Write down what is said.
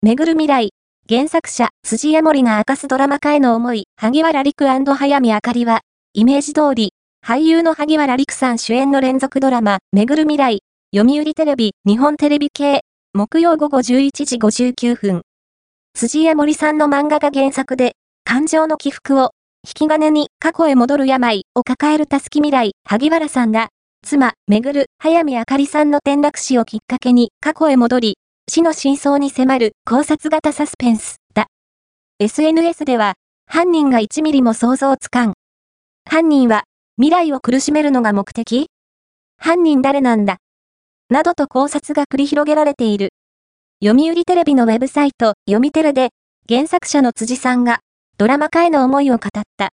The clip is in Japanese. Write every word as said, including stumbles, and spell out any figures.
巡る未来。原作者、辻谷森が明かすドラマ化への思い、萩原陸&早見あかりは、イメージ通り、俳優の萩原陸さん主演の連続ドラマ、巡る未来。読売テレビ、日本テレビ系。木曜午後じゅういちじごじゅうきゅうふん。辻谷森さんの漫画が原作で、感情の起伏を、引き金に過去へ戻る病を抱えるたすき未来、萩原さんが、妻、巡る、早見あかりさんの転落死をきっかけに過去へ戻り、死の真相に迫る考察型サスペンスだ。エスエヌエス では、犯人がいちミリも想像つかん。犯人は、未来を苦しめるのが目的？犯人誰なんだ？などと考察が繰り広げられている。読売テレビのウェブサイト、読みテレで、原作者の辻さんが、ドラマ化への思いを語った。